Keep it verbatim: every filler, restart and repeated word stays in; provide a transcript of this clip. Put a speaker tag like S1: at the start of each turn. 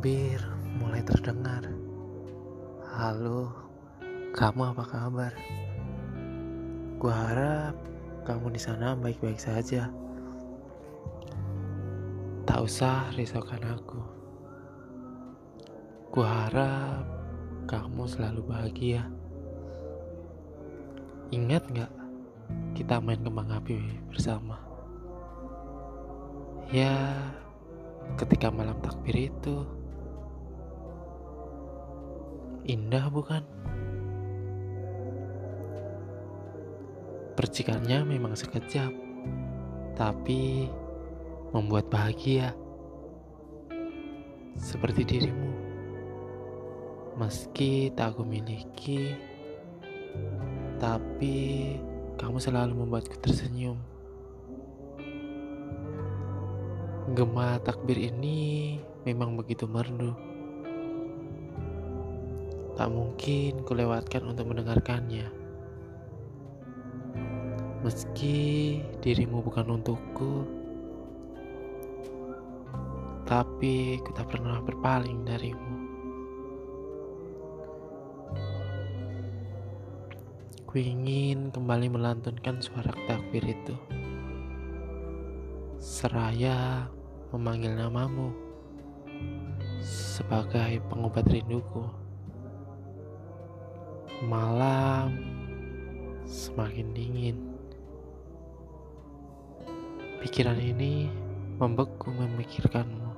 S1: takbir mulai terdengar. Halo, kamu apa kabar? Gua harap kamu di sana baik-baik saja. Tak usah risaukan aku. Gua harap kamu selalu bahagia. Ingat gak kita main kembang api bersama? Ya, ketika malam takbir itu indah bukan? Percikannya memang sekejap, tapi membuat bahagia. Seperti dirimu, meski tak aku miliki, tapi kamu selalu membuatku tersenyum. Gema takbir ini memang begitu merdu. Tak mungkin kulewatkan untuk mendengarkannya. Meski dirimu bukan untukku, tapi ku tak pernah berpaling darimu. Ku ingin kembali melantunkan suara takbir itu, seraya memanggil namamu sebagai pengobat rinduku. Malam semakin dingin. Pikiran ini membeku memikirkanmu.